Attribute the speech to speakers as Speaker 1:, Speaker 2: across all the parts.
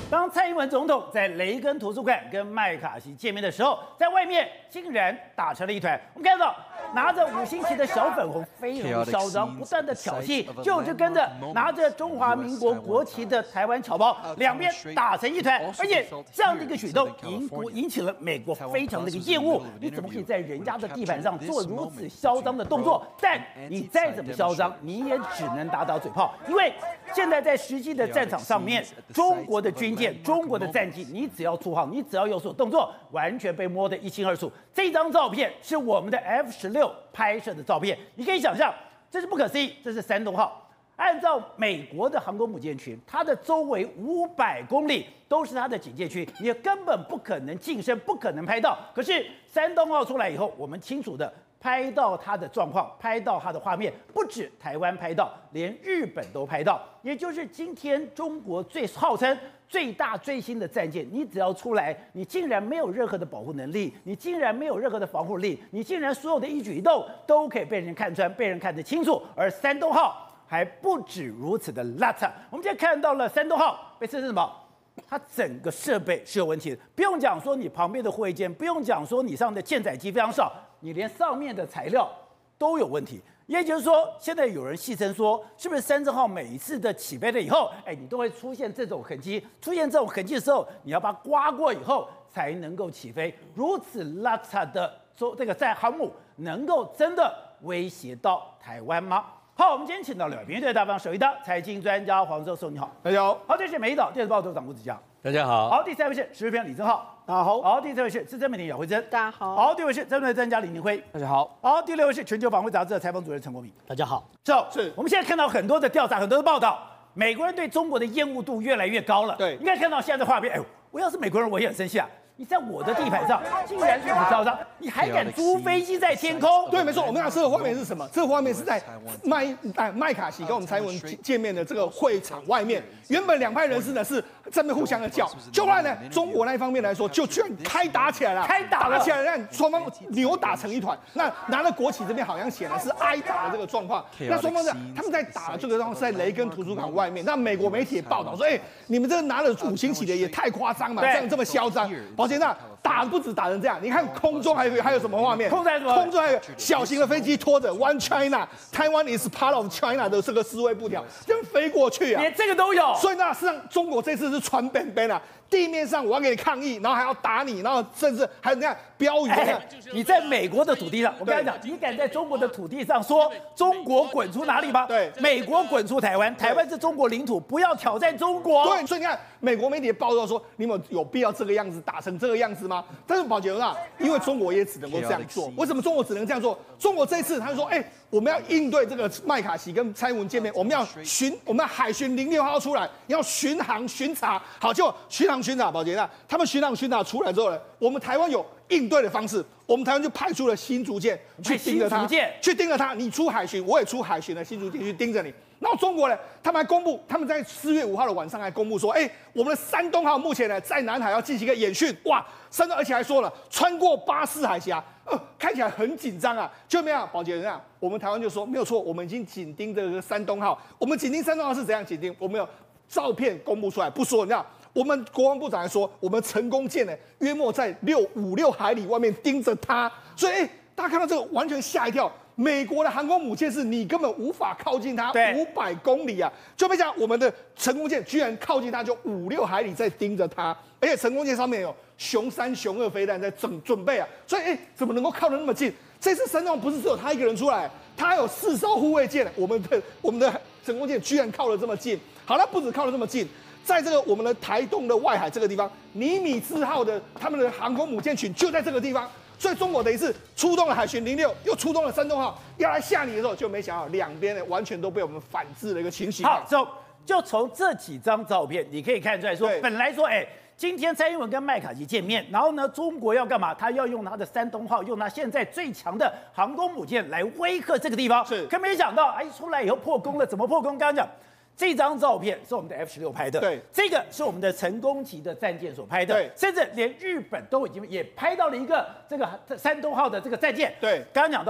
Speaker 1: 当蔡英文总统在雷根图书馆跟麦卡锡见面的时候，在外面竟然打成了一团。我们看到拿着5星旗的小粉红非常嚣张，不断的挑衅，就是跟着拿着中华民国国旗的台湾侨胞两边打成一团，而且这样的一个举动引起了美国非常的一个厌恶。你怎么可以在人家的地盘上做如此嚣张的动作？但你再怎么嚣张，你也只能打打嘴炮，因为现在在实际的战场上面，中国的军舰、中国的战机，你只要出航，你只要有所动作，完全被摸得一清二楚。这张照片是我们的 F-16拍摄的照片，你可以想象，这是不可思议，这是山东号。按照美国的航空母舰群，它的周围500公里都是它的警戒区，你根本不可能近身，不可能拍到。可是山东号出来以后，我们清楚的拍到它的状况，拍到它的画面，不止台湾拍到，连日本都拍到。也就是今天中国号称最大最新的战舰，你只要出来，你竟然没有任何的保护能力，你竟然没有任何的防护力，你竟然所有的一举一动都可以被人看穿，被人看得清楚。而山东号还不止如此的邋遢，我们现在看到了山东号被测试什么？它整个设备是有问题的，不用讲说你旁边的护卫舰，不用讲说你上的舰载机非常少，你连上面的材料都有问题。也就是说，现在有人戏称说，是不是山东号每一次的起飞了以后，你都会出现这种痕迹？出现这种痕迹的时候，你要把它刮过以后才能够起飞。如此邋遢的这个在航母，能够真的威胁到台湾吗？好，我们今天请到了民队大方首席的财经专家黄寿松，你好，
Speaker 2: 大家好。
Speaker 1: 好，这是美岛电视报总长吴子佳，
Speaker 3: 大家好。
Speaker 1: 好，第三位是时事评李正浩，
Speaker 2: 大家好。
Speaker 1: 好，第四位是资深媒体姚慧珍，
Speaker 4: 大家好。
Speaker 1: 好，第五位是战略专家林宁辉，
Speaker 2: 大家好。
Speaker 1: 好，第六位是全球防卫杂志的采访主任陈国民，
Speaker 2: 大家好。
Speaker 1: 是，我们现在看到很多的调查，很多的报道，美国人对中国的厌恶度越来越高了。
Speaker 2: 对，
Speaker 1: 应该看到现在的画面，我要是美国人，我也很生气啊！你在我的地盘上竟然如此嚣张，你还敢租飞机在天空？
Speaker 2: 对，没错。我们讲这个画面是什么？这个画面是在麦卡锡跟我们蔡英文见面的这个会场外面。原本两派人士呢是在那边互相的叫，就后来呢，中国那一方面来说，就居然开打起来了，打起来，让双方扭打成一团。那拿了国旗这边好像显然是挨打的这个状况。那双方他们在打的这个地方是在雷根图书馆外面。那美国媒体也报道说，你们这拿了5星旗的也太夸张嘛，这么嚣张。宝杰那打不止打成这样，你看空中还有什么画面？空中还有小型的飞机拖着 One China Taiwan is part of China 的这个思维布条，这样飞过去啊，
Speaker 1: 连这个都有。
Speaker 2: 所以呢，事实上中国这次是传本本啊，地面上我要给你抗议，然后还要打你，然后甚至还有那样标语。
Speaker 1: 你在美国的土地上，我跟你讲，你敢在中国的土地上说中国滚出哪里吗？
Speaker 2: 对，
Speaker 1: 美国滚出台湾，台湾是中国领土，不要挑战中国。
Speaker 2: 对，所以你看美国媒体报道说，你们有必要这个样子打成这个样子吗？但是宝杰啊，因为中国也只能够这样做。为什么中国只能这样做？中国这次他说，我们要应对这个麦卡锡跟蔡英文见面，我们要海巡06号出来，要巡航巡查。好，就巡航巡查，宝杰啊，他们巡航巡查出来之后呢，我们台湾有应对的方式，我们台湾就派出了新竹舰去盯着他，你出海巡，我也出海巡的新竹舰去盯着你。然后中国呢，他们还公布，他们在4月5号的晚上还公布说，我们的山东号目前呢在南海要进行一个演训，哇，而且还说了穿过巴士海峡，看起来很紧张啊。就没有宝杰人啊，我们台湾就说没有错，我们已经紧盯这个山东号。我们紧盯山东号是怎样紧盯？我们有照片公布出来，不说你知道。我们国防部长还说，我们成功舰呢约莫在5-6海里外面盯着它，所以大家看到这个完全吓一跳。美国的航空母舰是你根本无法靠近它500公里啊，就没想我们的成功舰居然靠近它就5-6海里在盯着它，而且成功舰上面有雄3、雄2飞弹在准备啊，所以怎么能够靠得那么近？这次山东不是只有他一个人出来，他还有4艘护卫舰，我们的成功舰居然靠得这么近。好，那不止靠得这么近。在这个我们的台东的外海这个地方，尼米兹号的他们的航空母舰群就在这个地方，所以中国等于是出动了海巡06，又出动了山东号，要来吓你的时候，就没想到两边呢完全都被我们反制的一个情形。
Speaker 1: 好，就从这几张照片，你可以看出来说，本来说今天蔡英文跟麦卡锡见面，然后呢，中国要干嘛？他要用他的山东号，用他现在最强的航空母舰来威吓这个地方。
Speaker 2: 是，
Speaker 1: 可没想到，出来以后破功了，怎么破功？刚刚讲。这张照片是我们的 F-16拍的，
Speaker 2: 对，
Speaker 1: 这个是我们的成功级的战舰所拍的，
Speaker 2: 对，
Speaker 1: 甚至连日本都已经也拍到了一个这个山东号的这个战舰，
Speaker 2: 对，
Speaker 1: 刚刚讲到的，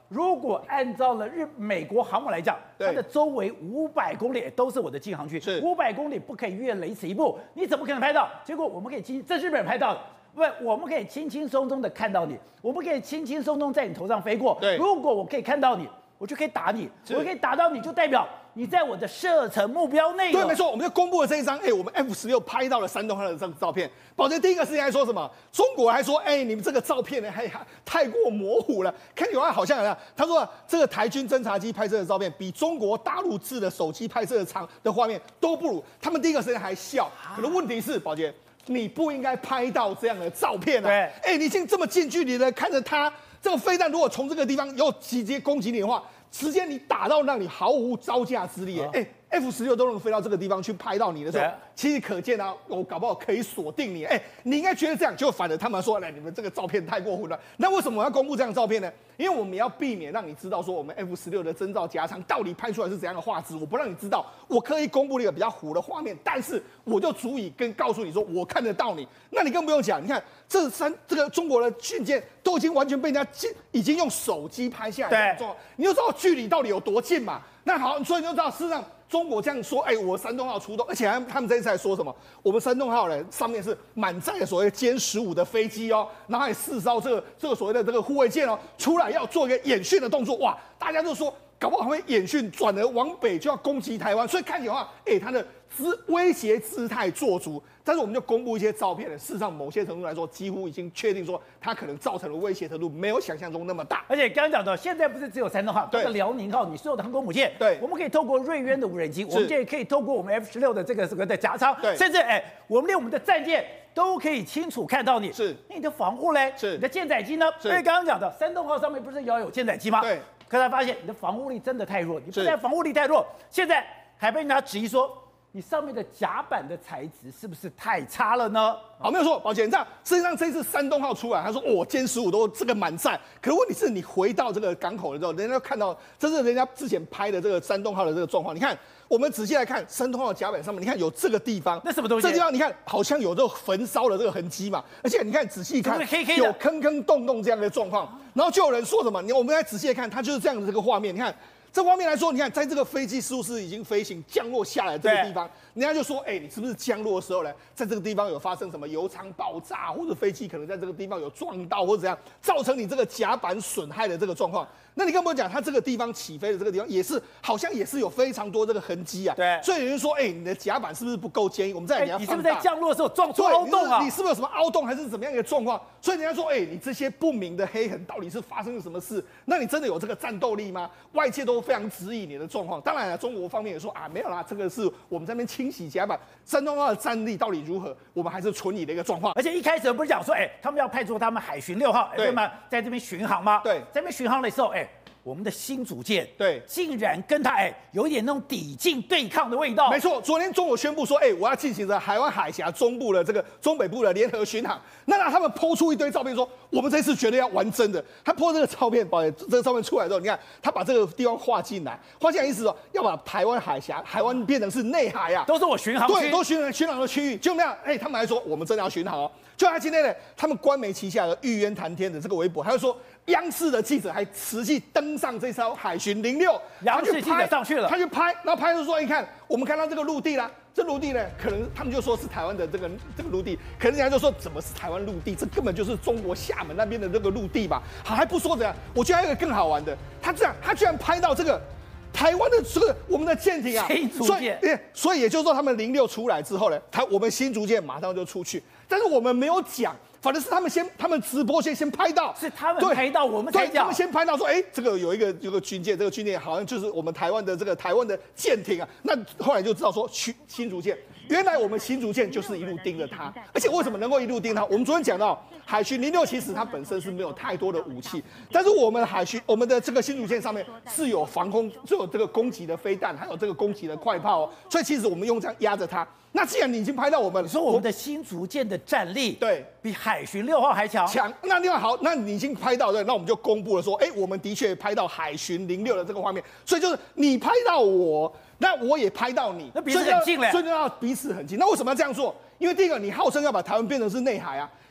Speaker 1: 如果按照了美国航母来讲，它的周围500公里都是我的禁航区，500公里不可以越雷池一步，你怎么可能拍到？结果我们可以这是日本人拍到的。不，我们可以轻轻松松的看到你，我们可以轻轻松松在你头上飞过。如果我可以看到你，我就可以打你，我可以打到你，就代表你在我的射程目标内。
Speaker 2: 对，没错，我们就公布了这一张，我们 F16拍到了山东号的这张照片。宝杰第一个事情还说什么？中国还说，你们这个照片呢，还太过模糊了，看起来好像他说这个台军侦察机拍摄的照片，比中国大陆制的手机拍摄的画面都不如。他们第一个时间还笑，可是问题是，宝杰，你不应该拍到这样的照片啊！你已经这么近距离的看着它。这个飞弹如果从这个地方又直接攻击你的话，直接你打到让你毫无招架之力。F16都能飞到这个地方去拍到你的时候，其实可见啊，我搞不好可以锁定你。你应该觉得这样，就反而他们说，你们这个照片太过混乱。那为什么我要公布这样的照片呢？因为我们要避免让你知道说我们 F16的侦照夹场到底拍出来是怎样的画质。我不让你知道，我可以公布了一个比较糊的画面，但是我就足以告诉你说我看得到你。那你更不用讲，你看这个中国的训舰都已经完全被人家已经用手机拍下来的，你就知道距离到底有多近嘛。那好，所以你就知道事实上。中国这样说，我山东号出动，而且他们这一次还说什么？我们山东号呢上面是满载的所谓歼15的飞机哦，然后还4艘这个所谓的这个护卫舰哦，出来要做一个演训的动作，哇！大家就说搞不好还会演训，转而往北就要攻击台湾，所以看起来的话，它的威胁姿态做足。但是我们就公布一些照片了，事实上某些程度来说，几乎已经确定说它可能造成的威胁程度没有想象中那么大。
Speaker 1: 而且刚刚讲到，现在不是只有山东号，这个辽宁号，你所有的航空母舰，我们可以透过瑞渊的无人机，我们也可以透过我们 F16的这个的夹舱，甚至我们连我们的战舰都可以清楚看到你。你的防护嘞？你的舰载机呢？因为刚刚讲的山东号上面不是也要有舰载机吗？可他发现你的防护力真的太弱，你不但防护力太弱，现在还被人家质疑说。你上面的甲板的材质是不是太差了呢？
Speaker 2: 好，没有错，宝姐，你知道，实际上这次山东号出来，他说歼15都这个满载，可是问题是你回到这个港口的时候，人家看到这是人家之前拍的这个山东号的这个状况。你看，我们仔细来看山东号的甲板上面，你看有这个地方，
Speaker 1: 那什么东西？
Speaker 2: 这地方你看好像有这个焚烧的这个痕迹嘛，而且你看仔细看，有坑坑洞洞这样的状况，然后就有人说什么？我们来仔细看，它就是这样的这个画面，你看。这方面来说，你看，在这个飞机是不是已经飞行降落下来这个地方，人家就说，你是不是降落的时候呢，在这个地方有发生什么油舱爆炸，或者飞机可能在这个地方有撞到，或者怎样，造成你这个甲板损害的这个状况？那你跟我讲，它这个地方起飞的这个地方也是，好像也是有非常多这个痕迹啊。所以有人说，你的甲板是不是不够坚硬？我们再你要放大，
Speaker 1: 你是不是在降落的时候撞出凹洞啊？
Speaker 2: 你是不是有什么凹洞，还是怎么样一个状况？所以人家说，你这些不明的黑痕到底是发生了什么事？那你真的有这个战斗力吗？外界都非常质疑你的状况。当然了，中国方面也说没有啦，这个是我们这边清洗甲板，山东号的战力到底如何，我们还是存疑的一个状况。
Speaker 1: 而且一开始不是讲说，他们要派出他们海巡6号，对吗？在这边巡航吗？
Speaker 2: 对，
Speaker 1: 在这边巡航的时候，我们的新组舰竟然跟他有一点那种抵近对抗的味道。
Speaker 2: 没错，昨天中国宣布说，我要进行着海湾海峡中部的这个中北部的联合巡航。那他们抛出一堆照片说，我们这次绝对要玩真的。他抛这个照片，这个照片出来之后，你看他把这个地方画进来意思说要把台湾海湾变成是内海啊，
Speaker 1: 都是我巡航区，
Speaker 2: 对，都巡航的区域。就那样，他们还说我们真的要巡航哦。就他今天呢，他们官媒旗下的玉渊谈天的这个微博，他就说。央视的记者还实际登上这艘海巡06，
Speaker 1: 央视记者上去了，
Speaker 2: 他去拍，然后拍就说，你看，我们看到这个陆地啦，这陆地呢，可能他们就说是台湾的这个陆地，可能人家就说怎么是台湾陆地？这根本就是中国厦门那边的这个陆地吧？好，还不说怎样，我觉得还有一个更好玩的，他居然拍到这个。台湾的这个我们的舰艇啊，所以也就是说，他们06出来之后呢，我们新竹舰马上就出去，但是我们没有讲，反正是他们直播先拍到，
Speaker 1: 是他们拍到，我们才讲，
Speaker 2: 他们先拍到说，这个有一个军舰，这个军舰好像就是我们台湾的舰艇啊，那后来就知道说新竹舰。原来我们新竹舰就是一路盯着它，而且为什么能够一路盯它？我们昨天讲到海巡06，其实它本身是没有太多的武器，但是我们的这个新竹舰上面是有防空，是有这个攻击的飞弹，还有这个攻击的快炮哦，所以其实我们用这样压着它。那既然你已经拍到我们，
Speaker 1: 你说我们的新竹舰的战力
Speaker 2: 对
Speaker 1: 比海巡6号还强，
Speaker 2: 那另外好，那你已经拍到对，那我们就公布了说，我们的确拍到海巡06的这个画面，所以就是你拍到我。那我也拍到你，
Speaker 1: 那彼此很近嘞，
Speaker 2: 所以就要彼此很近。那为什么要这样做？因为第一个，你号称要把台湾变成是内海啊，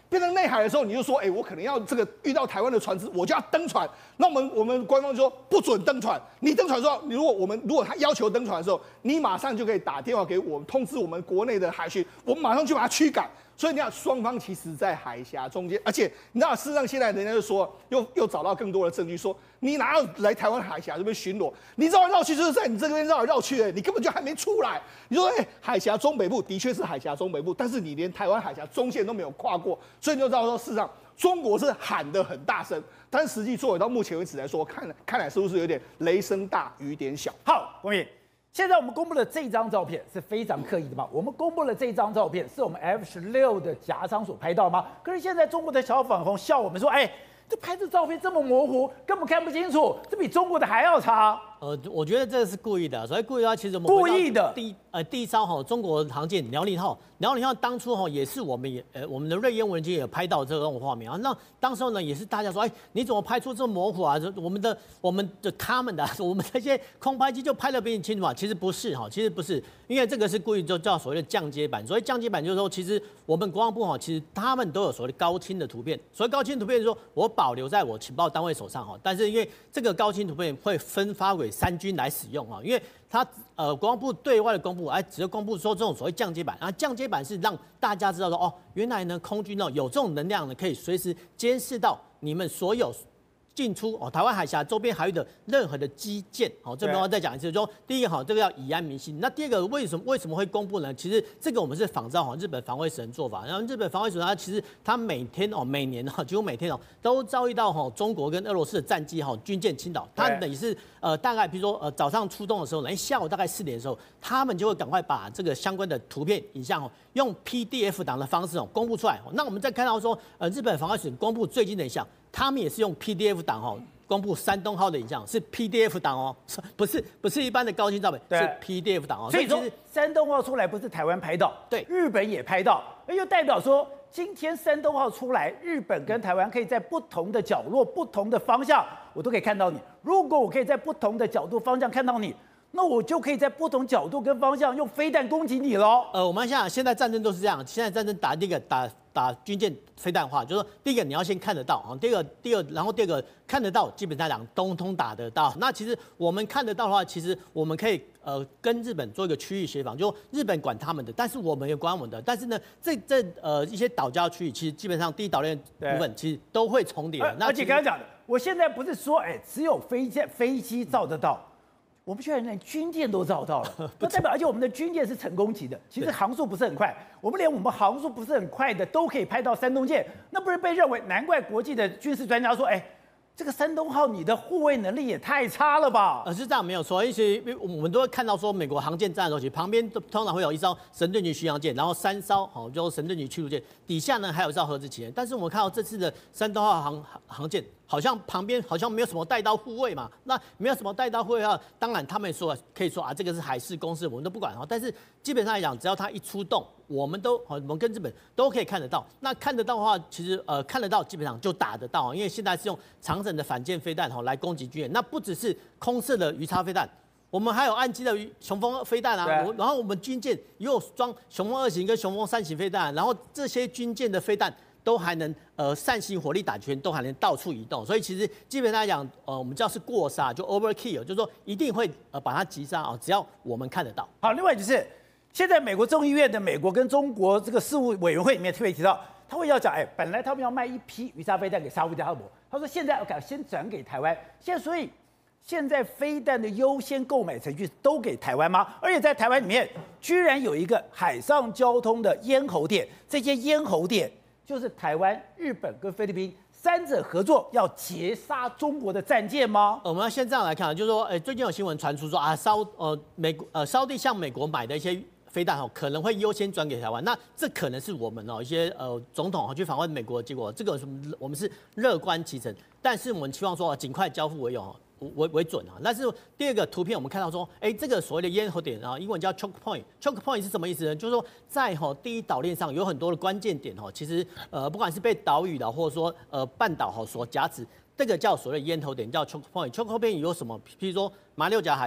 Speaker 2: 变成内海的时候，你就说，我可能要这个遇到台湾的船只，我就要登船。那我们官方就说不准登船。你登船的时候，如果他要求登船的时候，你马上就可以打电话给我们，通知我们国内的海巡，我们马上就把他驱赶。所以你看，双方其实在海峡中间，而且你知道，事实上现在人家就说，又找到更多的证据，说你哪有来台湾海峡这边巡逻？你绕来绕去就是在你这边绕来绕去，你根本就还没出来。你说，海峡中北部的确是海峡中北部，但是你连台湾海峡中线都没有跨过，所以你就知道说，事实上中国是喊得很大声，但是实际作为到目前为止来说，看来是不是有点雷声大雨点小？
Speaker 1: 好，国民。现在我们公布的这张照片是非常刻意的嘛？我们公布了这张照片是我们 F16的夹舱所拍到吗？可是现在中国的小粉红笑我们说，这拍这照片这么模糊，根本看不清楚，这比中国的还要差。
Speaker 3: 我觉得这个是故意的，所以故意的话，其实我们
Speaker 1: 故意的。
Speaker 3: 第一艘中国航舰辽宁号当初也是我们的瑞烟无人机也拍到这种画面啊。那当时候呢，也是大家说，你怎么拍出这么模糊啊？我们的我们这些空拍机就拍得比你清楚啊。其实不是其实不是，因为这个是故意就叫所谓的降阶版。所谓降阶版就是说，其实我们国防部其实他们都有所谓的高清的图片。所谓高清图片就是说我保留在我情报单位手上但是因为这个高清图片会分发给3军来使用因为它国防部对外的公布，只是公布说这种所谓降阶版，然后降阶版是让大家知道说原来呢空军有这种能量呢，可以随时监视到你们所有进出台湾海峡周边海域的任何的基建这边我再讲一次，说第一个这个要以安民心，那第二个为什么会公布呢？其实这个我们是仿照日本防卫省的做法，然后日本防卫省它其实它每天每年几乎每天都遭遇到中国跟俄罗斯的战机军舰侵扰，它等于是大概比如说早上出动的时候呢，下午大概4点的时候，他们就会赶快把这个相关的图片影像用 PDF 档的方式公布出来。那我们再看到说日本防卫省公布最近的一项，他们也是用 PDF 档公布山东号的影像，是 PDF 档不是一般的高清照片，是 PDF 档
Speaker 1: 所以说山东号出来不是台湾拍到，
Speaker 3: 对，
Speaker 1: 日本也拍到，又代表说今天山东号出来，日本跟台湾可以在不同的角落、不同的方向，我都可以看到你。如果我可以在不同的角度、方向看到你，那我就可以在不同角度跟方向用飞弹攻击你喽。
Speaker 3: 我们想现在战争都是这样，现在战争第一个打军舰飞弹化，就是说第一个你要先看得到然后第二个看得到，基本上讲通通打得到。那其实我们看得到的话，其实我们可以跟日本做一个区域协防，就日本管他们的，但是我们也管我们的。但是呢，一些岛礁区域，其实基本上第一岛链部分其实都会重叠。
Speaker 1: 而且刚刚讲的，我现在不是说只有飞机照得到。我们居然连军舰都照到了，那代表而且我们的军舰是成功级的，其实航速不是很快，我们连我们航速不是很快的都可以拍到山东舰，那不是被认为难怪国际的军事专家说，这个山东号你的护卫能力也太差了吧？
Speaker 3: 是这样没有错，因为我们都会看到说美国航舰战的时候，其实旁边通常会有一艘神盾局巡洋舰，然后3艘就是神盾局驱逐舰，底下呢还有一艘核子旗舰。但是我们看到这次的山东号航舰，好像旁边好像没有什么带刀护卫嘛，那没有什么带刀护卫的话，当然他们可以说这个是海事公事，我们都不管但是基本上来讲，只要他一出动，我们跟日本都可以看得到。那看得到的话，其实看得到基本上就打得到，因为现在是用长程的反舰飞弹来攻击军舰，那不只是空射的鱼叉飞弹。我们还有岸基的雄风飞弹然后我们军舰也有装雄风2型跟雄风3型飞弹，然后这些军舰的飞弹都还能扇形火力打拳，都还能到处移动，所以其实基本上来讲，我们叫是过杀，就 overkill， 就是说一定会把它击杀只要我们看得到。
Speaker 1: 好，另外就是现在美国众议院的美国跟中国这个事务委员会里面特别提到，他会要讲，本来他们要卖一批鱼叉飞弹给沙烏地阿拉伯，他说现在要先转给台湾，所以现在飞弹的优先购买程序都给台湾吗？而且在台湾里面居然有一个海上交通的咽喉点，这些咽喉点就是台湾、日本跟菲律宾3者合作要截杀中国的战舰吗？
Speaker 3: 我们要先这样来看，就是说，最近有新闻传出说沙地向美国买的一些飞弹可能会优先转给台湾，那这可能是我们一些总统去访问美国的结果，这个我们是乐观其成，但是我们期望说尽快交付为准但是第二个图片我们看到说，这个所谓的咽喉点英文叫 choke point。choke point 是什么意思呢？就是说在第一岛链上有很多的关键点其实不管是被岛屿的，或者说半岛所夹持，这个叫所谓的咽头点，叫 choke point。choke point 有什么？譬如说马六甲海峡。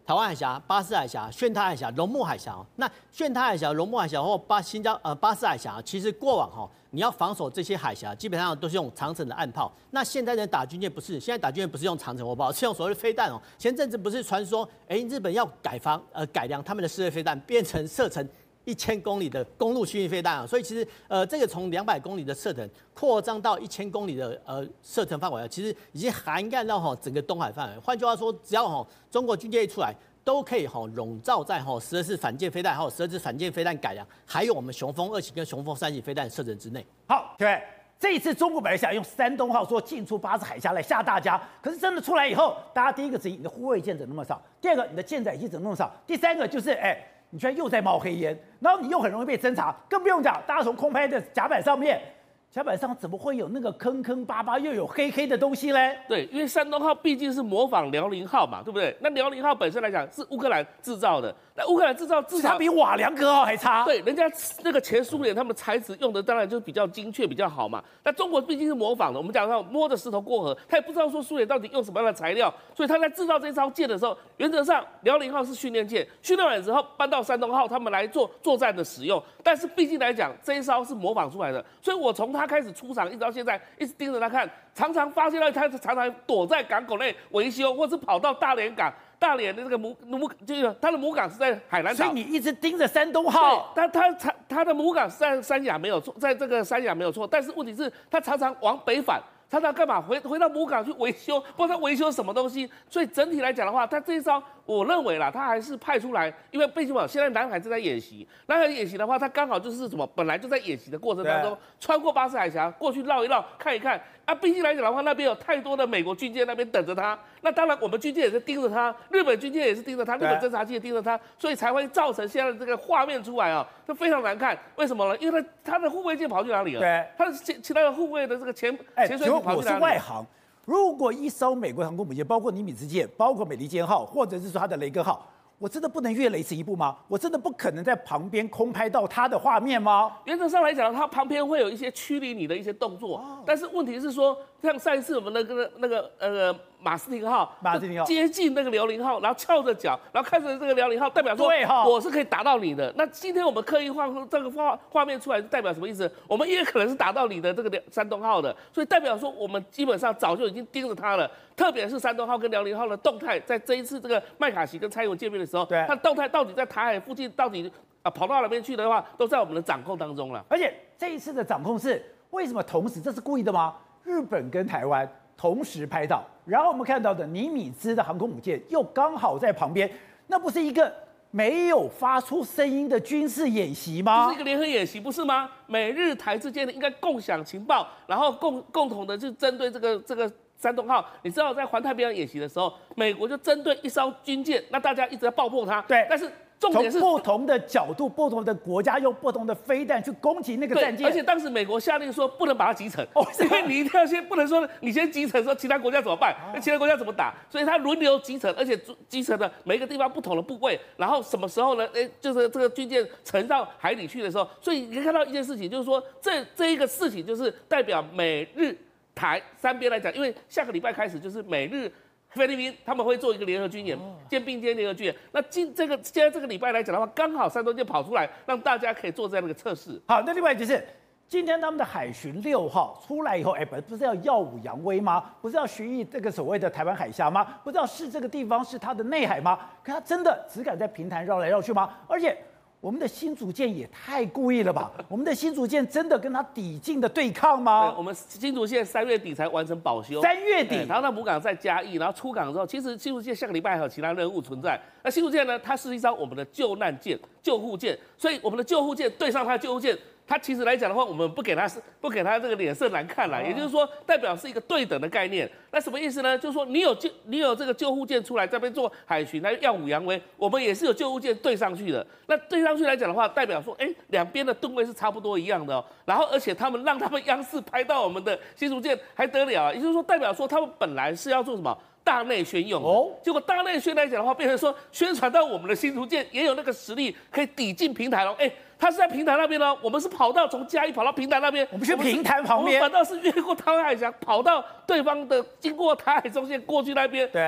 Speaker 3: 台湾海峡、巴士海峡、巽他海峡、龙目海峡。那巽他海峡、龙目海峡或巴士海峡，其实过往你要防守这些海峡，基本上都是用长程的岸炮。那现在的打军舰不是，现在打军舰不是用长程火炮，是用所谓的飞弹。前阵子不是传说，日本要改良他们的试射飞弹，变成射程1000公里的公路巡弋飞弹所以其实这个从200公里的射程扩张到1000公里的射程范围其实已经涵盖到整个东海范围。换句话说，只要中国军舰一出来，都可以笼罩在12支反舰飞弹，还有12支反舰飞弹改良，还有我们雄风2型跟雄风3型飞弹的射程之内。
Speaker 1: 好，对，这一次中国本来想用山东号说进出巴士海峡来吓大家，可是真的出来以后，大家第一个质疑你的护卫舰怎么那么少，第二个你的舰载机怎么那么少，第三个就是你居然又在冒黑烟，然后你又很容易被侦查，更不用讲，大家从空拍的甲板上面。甲板上怎么会有那个坑坑巴巴又有黑黑的东西嘞？
Speaker 4: 对，因为山东号毕竟是模仿辽宁号嘛，对不对？那辽宁号本身来讲是乌克兰制造的，那乌克兰制造至少
Speaker 1: 它比瓦良格号还差。
Speaker 4: 对，人家那个前苏联他们材质用的当然就比较精确比较好嘛。那中国毕竟是模仿的，我们讲到摸着石头过河，他也不知道说苏联到底用什么样的材料，所以他在制造这艘舰的时候，原则上辽宁号是训练舰，训练完之后搬到山东号他们来做作战的使用。但是毕竟来讲，这一艘是模仿出来的，所以我从他开始出场一直到现在，一直盯着他看，常常发现到他常常躲在港口内维修，或是跑到大连港。大连的这个就是他的母港是在海南岛，
Speaker 1: 所以你一直盯着山东号。
Speaker 4: 他的母港是在三亚没有错，在这个三亚没有错，但是问题是，他常常往北返。常常干嘛？回到母港去维修，不知道他维修什么东西。所以整体来讲的话，他这一招，我认为啦，他还是派出来，因为毕竟现在南海正在演习，南海演习的话，他刚好就是什么，本来就在演习的过程当中，穿过巴士海峡过去绕一绕，看一看。啊，毕竟来讲的话，那边有太多的美国军舰那边等着他。那当然，我们军舰也是盯着他，日本军舰也是盯着他，日本侦察机也盯着他，所以才会造成现在的这个画面出来就非常难看。为什么呢？因为他的护卫舰跑去哪里了？对，他的其他的护卫的这个潜水艇跑去哪里？
Speaker 1: 我是外行，如果一艘美国航空母舰，包括尼米兹舰，包括美利坚号，或者是说它的雷根号。我真的不能越雷池一步吗？我真的不可能在旁边空拍到它的画面吗？
Speaker 4: 原则上来讲，它旁边会有一些驱离你的一些动作，但是问题是说，像上一次我们那个马斯廷号接近那个辽宁号，然后翘着脚，然后看着这个辽宁号，代表说我是可以打到你的。那今天我们刻意画这个画面出来，代表什么意思？我们也可能是打到你的这个山东号的，所以代表说我们基本上早就已经盯着它了。特别是山东号跟辽宁号的动态，在这一次这个麦卡锡跟蔡英文见面的时候，它动态到底在台海附近到底跑到哪边去的话，都在我们的掌控当中了。
Speaker 1: 而且这一次的掌控是为什么同时？这是故意的吗？日本跟台湾同时拍到，然后我们看到的尼米兹的航空母舰又刚好在旁边，那不是一个没有发出声音的军事演习吗？
Speaker 4: 这是一个联合演习，不是吗？美日台之间的应该共享情报，然后共同的去针对这个山东号。你知道在环太平洋演习的时候，美国就针对一艘军舰，那大家一直在爆破它。
Speaker 1: 对，
Speaker 4: 但是重点是
Speaker 1: 从不同的角度、不同的国家用不同的飞弹去攻击那个战舰，
Speaker 4: 而且当时美国下令说不能把它击沉，因为你一定要先不能说你先击沉，说其他国家怎么办？那其他国家怎么打？所以它轮流击沉，而且击沉的每一个地方不同的部位，然后什么时候呢？就是这个军舰沉到海里去的时候，所以你可以看到一件事情，就是说这一个事情就是代表美日台三边来讲，因为下个礼拜开始就是美日菲律宾他们会做一个联合军演，并肩联合军演。那现在这个礼拜来讲的话，刚好山东舰跑出来，让大家可以做这样的一个测试。
Speaker 1: 好，那另外就是今天他们的海巡6号出来以后，不是要耀武扬威吗？不是要巡弋这个所谓的台湾海峡吗？不是要视这个地方是它的内海吗？可他真的只敢在平潭绕来绕去吗？而且我们的新竹舰也太故意了吧！我们的新竹舰真的跟他抵近的对抗吗？
Speaker 4: 我们新竹舰3月底才完成保修
Speaker 1: ，3月底，
Speaker 4: 然后那母港在嘉义，然后出港之后，其实新竹舰下个礼拜还有其他任务存在。那新竹舰呢，它是一艘我们的救难舰、救护舰，所以我们的救护舰对上它的救护舰。它其实来讲的话，我们不给它这个脸色难看了，也就是说，代表是一个对等的概念。那什么意思呢？就是说，你有这个救护舰出来这边做海巡，来耀武扬威，我们也是有救护舰对上去的。那对上去来讲的话，代表说，两边的吨位是差不多一样的然后，而且让他们央视拍到我们的新竹舰还得了啊？也就是说，代表说他们本来是要做什么？大内宣用结果大内宣来讲的话，变成说宣传到我们的新竹舰也有那个实力可以抵近平潭它是在平潭那边我们是从嘉义跑到平潭那边，
Speaker 1: 我们去平潭旁边，
Speaker 4: 我们反倒是越过台湾海峡，跑到对方的经过台海中线过去那边，
Speaker 1: 对，
Speaker 4: 然后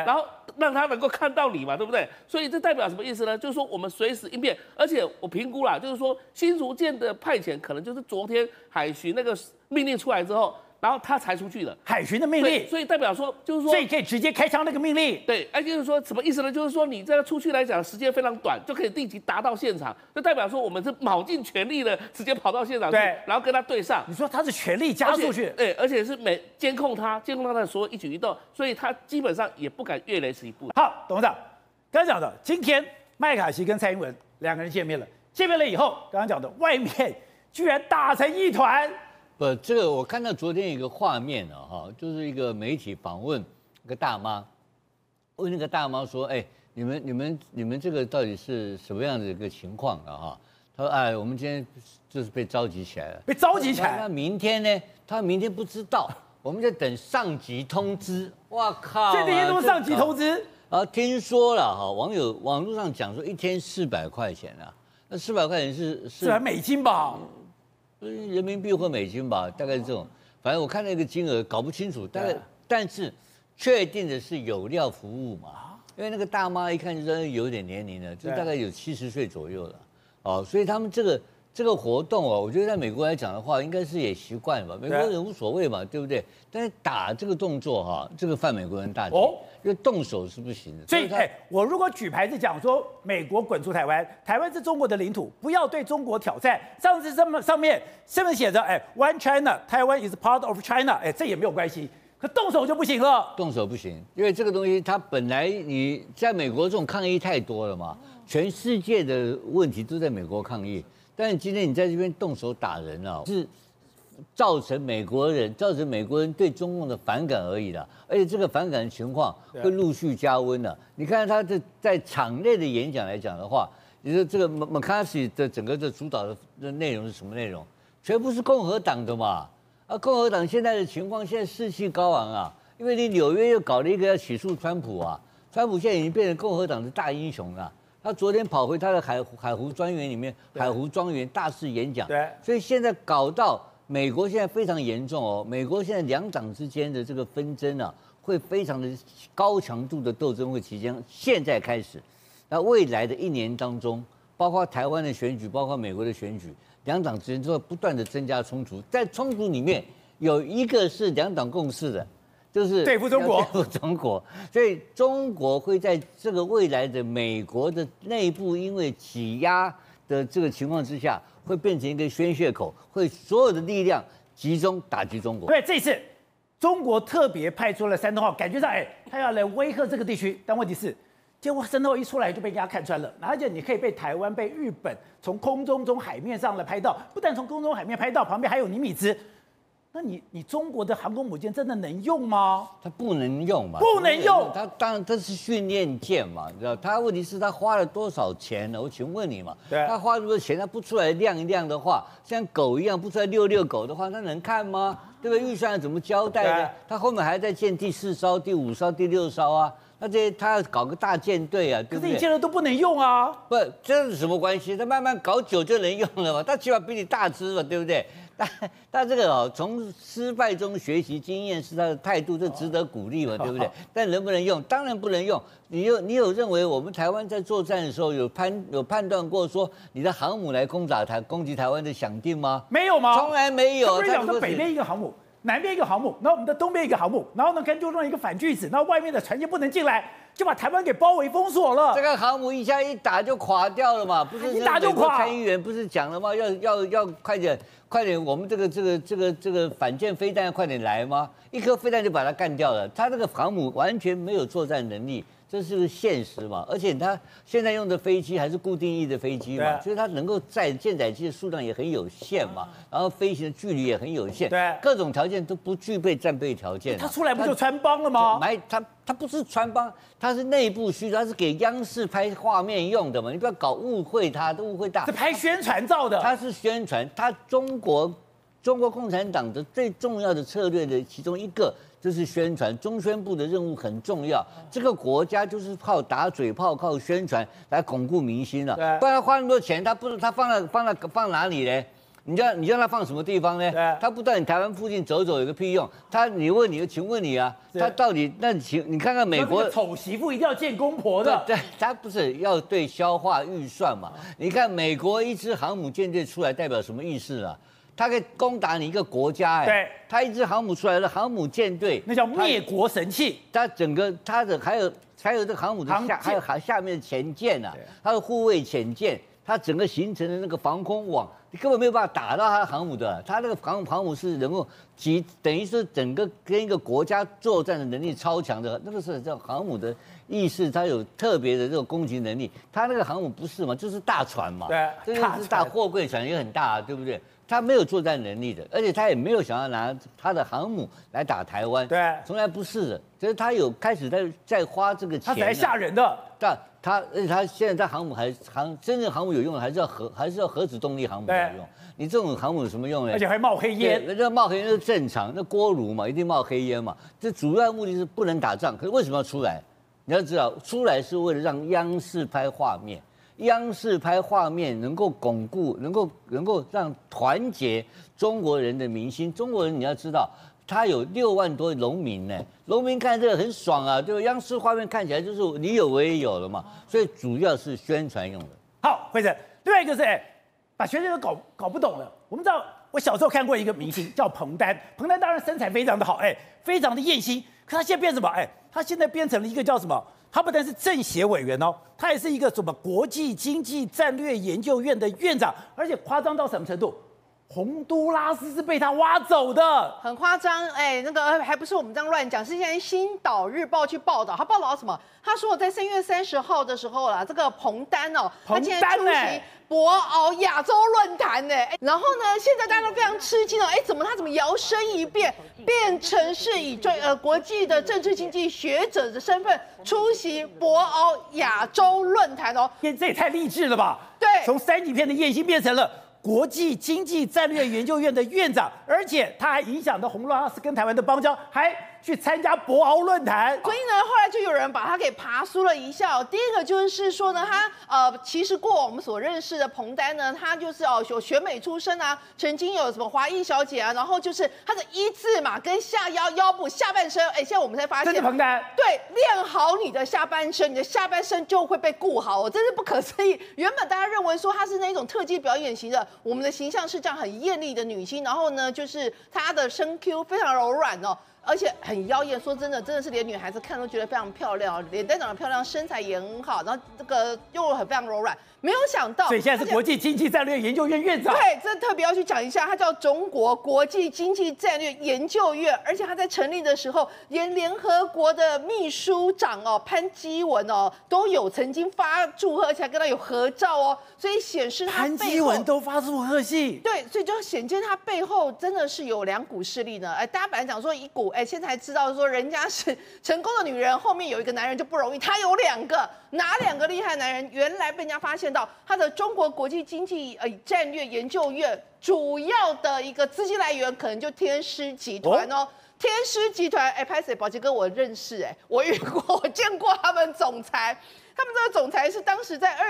Speaker 4: 让他能够看到你嘛，对不对？所以这代表什么意思呢？就是说我们随时应变，而且我评估啦，就是说新竹舰的派遣可能就是昨天海巡那个命令出来之后，然后他才出去的
Speaker 1: 海巡的命令，
Speaker 4: 所以代表说就是说，
Speaker 1: 所以可以直接开枪那个命令。
Speaker 4: 对，就是说什么意思呢？就是说你这个出去来讲时间非常短，就可以立即达到现场，就代表说我们是卯尽全力的直接跑到现场去，
Speaker 1: 对，
Speaker 4: 然后跟他对上。
Speaker 1: 你说他是全力加速去，
Speaker 4: 对，而且是监控他的所有一举一动，所以他基本上也不敢越雷池一步。
Speaker 1: 好，董事长，刚刚讲的，今天麦卡锡跟蔡英文2个人见面了，见面了以后，刚刚讲的，外面居然打成一团。
Speaker 5: 不，这个我看到昨天有一个画面就是一个媒体访问一个大妈，问那个大妈说：“哎，你们这个到底是什么样的一个情况啊？”他说：“哎，我们今天就是被召集起来了。”
Speaker 1: 被召集起来。
Speaker 5: 那明天呢？他明天不知道，我们在等上级通知。哇靠！
Speaker 1: 这天都是上级通知。
Speaker 5: 听说了网络上讲说一天400块钱啊，那400块钱是
Speaker 1: 美金吧？
Speaker 5: 人民币或美金吧，大概是这种。反正我看那个金额搞不清楚，大概但是确定的是有料服务嘛，因为那个大妈一看就知道有点年龄了，就大概有70岁左右了。所以他们这个活动我觉得在美国来讲的话，应该是也习惯吧，美国人无所谓嘛，对不对？但是打这个动作这个犯美国人大忌，因为动手是不行的。
Speaker 1: 所以我如果举牌子讲说美国滚出台湾，台湾是中国的领土，不要对中国挑战。上次上面写着One China， 台湾 is part of China， 这也没有关系。可动手就不行了，
Speaker 5: 动手不行，因为这个东西它本来你在美国这种抗议太多了嘛，全世界的问题都在美国抗议。但是今天你在这边动手打人是造成美国人对中共的反感而已的，而且这个反感的情况会陆续加温的。你看他在场内的演讲来讲的话，你说这个McCarthy的整个的主导的内容是什么内容？全部是共和党的嘛。共和党现在的情况，现在士气高昂啊，因为你纽约又搞了一个要起诉川普啊，川普现在已经变成共和党的大英雄了。他昨天跑回他的海湖庄园里面，海湖庄园大肆演讲，所以现在搞到美国现在非常严重美国现在2党之间的这个纷争会非常的高强度的斗争会即将现在开始。那未来的1年当中，包括台湾的选举，包括美国的选举，2党之间都会不断的增加冲突，在冲突里面有一个是2党共识的。就是
Speaker 1: 对付中国，
Speaker 5: 所以中国会在这个未来的美国的内部，因为挤压的这个情况之下，会变成一个宣泄口，会所有的力量集中打击中国。
Speaker 1: 对，这次中国特别派出了山东号，感觉上他要来威吓这个地区，但问题是，结果山东号一出来就被人家看穿了，而且你可以被台湾、被日本从空中、从海面上来拍到，不但从空中、海面拍到，旁边还有尼米兹。那你中国的航空母舰真的能用吗？
Speaker 5: 它不能用嘛，
Speaker 1: 不能用。
Speaker 5: 它当然它是训练舰嘛，你知道？它问题是它花了多少钱呢？我请问你嘛，它花这么多钱，它不出来亮一亮的话，像狗一样不出来遛狗的话，它能看吗？对不对？预算怎么交代呢？它后面还在建第4艘、第5艘、第6艘啊。那这些他要搞个大舰队啊，对不对？
Speaker 1: 可是你现在都不能用啊。
Speaker 5: 不，这是什么关系？他慢慢搞久就能用了嘛，他起码比你大只嘛，对不对？但这个从失败中学习经验是他的态度，这值得鼓励嘛，对不对？但能不能用？当然不能用。你有认为我们台湾在作战的时候有判断过说你的航母来攻击台湾的想定吗？
Speaker 1: 没有吗？
Speaker 5: 从来没有。
Speaker 1: 不是讲说北边一个航母，南边一个航母，然后我们的东边一个航母，然后呢，可能就弄一个反句子，然后外面的船舰不能进来，就把台湾给包围封锁了。
Speaker 5: 这个航母一下一打就垮掉了嘛，不是？
Speaker 1: 一打就垮。
Speaker 5: 参议员不是讲了吗？要快点，我们这个反舰飞弹要快点来吗？一颗飞弹就把它干掉了。他这个航母完全没有作战能力。这是个现实嘛，而且它现在用的飞机还是固定翼的飞机嘛，所以它能够舰载机的数量也很有限嘛，然后飞行的距离也很有限，
Speaker 1: 对，
Speaker 5: 各种条件都不具备战备条件。
Speaker 1: 它出来不就穿帮了吗？
Speaker 5: 它不是穿帮，它是内部需求，它是给央视拍画面用的嘛，你不要搞误会它，都误会大。
Speaker 1: 是拍宣传照的。
Speaker 5: 它是宣传，它中国共产党的最重要的策略的其中一个。就是宣传，中宣部的任务很重要。这个国家就是靠打嘴炮、靠宣传来巩固民心了。不然他花那么多钱，他放哪里呢？ 你让他放什么地方呢？他不到你台湾附近走走有个屁用？请问你啊，他到底你看看美国
Speaker 1: 丑媳妇一定要见公婆的，
Speaker 5: 对，他不是要对消化预算嘛？你看美国一支航母舰队出来代表什么意思啊？他可以攻打你一个国家，哎，
Speaker 1: 对，
Speaker 5: 他一支航母出来的航母舰队，
Speaker 1: 那叫灭国神器。
Speaker 5: 它整个它的还有这个航母的下面的潜舰啊，它的护卫潜舰，它整个形成的那个防空网，你根本没有办法打到它的航母的。它那个航母是能够等于是整个跟一个国家作战的能力超强的，那个是叫航母的意识，它有特别的这种攻击能力。它那个航母不是嘛，就是大船嘛，
Speaker 1: 对，
Speaker 5: 这就是大货柜船也很大，对不对？他没有作战能力的，而且他也没有想要拿他的航母来打台湾，
Speaker 1: 对，
Speaker 5: 从来不是的。就是他有开始在花这个钱，
Speaker 1: 他才吓人的。
Speaker 5: 但而且他现在在航母真正航母有用的，还是要核子动力航母有用。你这种航母有什么用呢？
Speaker 1: 而且还冒黑烟，
Speaker 5: 那冒黑烟是正常，那锅炉嘛，一定冒黑烟嘛。这主要目的是不能打仗，可是为什么要出来？你要知道，出来是为了让央视拍画面。央视拍画面能够巩固，能够让团结中国人的民心。中国人你要知道，他有6万多农民呢，农民看这个很爽啊，对吧？央视画面看起来就是你有我也有了嘛，所以主要是宣传用的。
Speaker 1: 好，辉成，另外一个是把学生都搞不懂了。我们知道，我小时候看过一个明星叫彭丹，彭丹当然身材非常的好，非常的艳星，可他现在变什么？他现在变成了一个叫什么？他不但是政协委员哦，他也是一个什么国际经济战略研究院的院长，而且夸张到什么程度？洪都拉斯是被他挖走的，
Speaker 6: 很夸张。那个还不是我们这样乱讲，是现在《星岛日报》去报道，他报道什么？他说我在3月30号的时候啦，这个彭丹哦，他竟然出席博鳌亚洲论坛呢，然后呢，现在大家都非常吃惊哦，怎么摇身一变，变成是以国际的政治经济学者的身份出席博鳌亚洲论坛哦？
Speaker 1: 这也太励志了吧？
Speaker 6: 对，
Speaker 1: 从3级片的艳星变成了国际经济战略研究院的院长，而且他还影响到洪都拉斯跟台湾的邦交，还去参加博鳌论坛。
Speaker 6: 所以呢，后来就有人把他给爬梳了一下。第一个就是说呢，他其实过往我们所认识的彭丹呢，他就是有选美出身啊，曾经有什么华裔小姐啊，然后就是他的一字马跟下腰部下半身，现在我们才发现，
Speaker 1: 这是彭丹。
Speaker 6: 对，练好你的下半身，你的下半身就会被顾好真是不可思议。原本大家认为说她是那种特技表演型的，我们的形象是这样很艳丽的女星，然后呢，就是她的声 Q 非常柔软哦。而且很妖艳，说真的是连女孩子看都觉得非常漂亮，脸蛋长得漂亮，身材也很好，然后这个又非常柔软。没有想到，
Speaker 1: 所以现在是国际经济战略研究院院长。
Speaker 6: 对，这特别要去讲一下，他叫中国国际经济战略研究院，而且他在成立的时候，连联合国的秘书长潘基文都有曾经发祝贺，而且跟他有合照所以显示他
Speaker 1: 潘基文都发祝贺信。
Speaker 6: 对，所以就显见他背后真的是有2股势力呢。大家本来讲说一股，现在才知道说人家是成功的女人，后面有一个男人就不容易，他有2个，哪2个厉害男人？原来被人家发现到他的中国国际经济战略研究院主要的一个资金来源，可能就天狮集团天狮集团，拍谁？宝杰哥我认识，我遇过，我见过他们总裁。他们这个总裁是当时在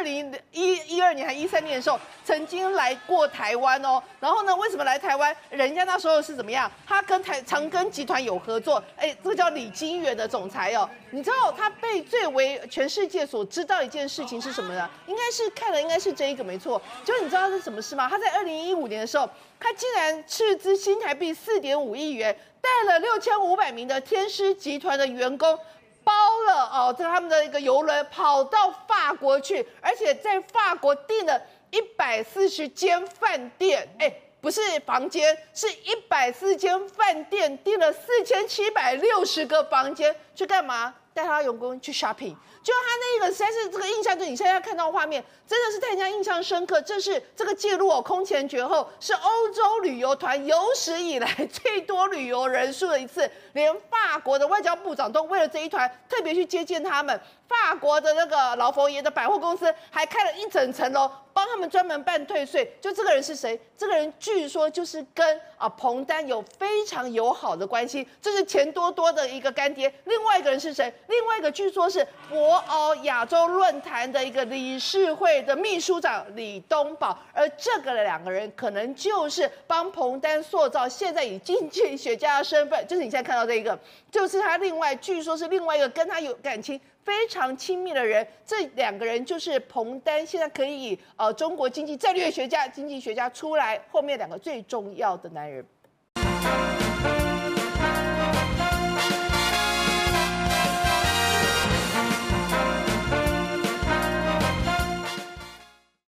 Speaker 6: 2012年还13年的时候，曾经来过台湾然后呢，为什么来台湾？人家那时候是怎么样？他跟长庚集团有合作，这个叫李金源的总裁你知道他被最为全世界所知道一件事情是什么呢？应该是这一个没错。就是你知道是什么事吗？他在2015年的时候，他竟然斥资新台币4.5亿元，带了6500名的天狮集团的员工。包了这他们的一个邮轮跑到法国去，而且在法国订了140间饭店，不是房间，是140间饭店，订了4760个房间，去干嘛？带他员工去 shopping。就他那个实在是这个印象，就你现在看到画面，真的是太人家印象深刻。这是这个记录空前绝后，是欧洲旅游团有史以来最多旅游人数的一次，连法国的外交部长都为了这一团特别去接见他们。法国的那个老佛爷的百货公司还开了1整层楼， 帮他们专门办退税。就这个人是谁？这个人据说就是跟彭丹有非常友好的关系，这是钱多多的一个干爹。另外一个人是谁？另外一个据说是博鳌亚洲论坛的一个理事会的秘书长李东宝，而这个两个人可能就是帮彭丹塑造现在以经济学家的身份，就是你现在看到这一个，就是他据说是另外一个跟他有感情非常亲密的人。这两个人就是彭丹现在可以以中国经济战略学家、经济学家出来后面两个最重要的男人。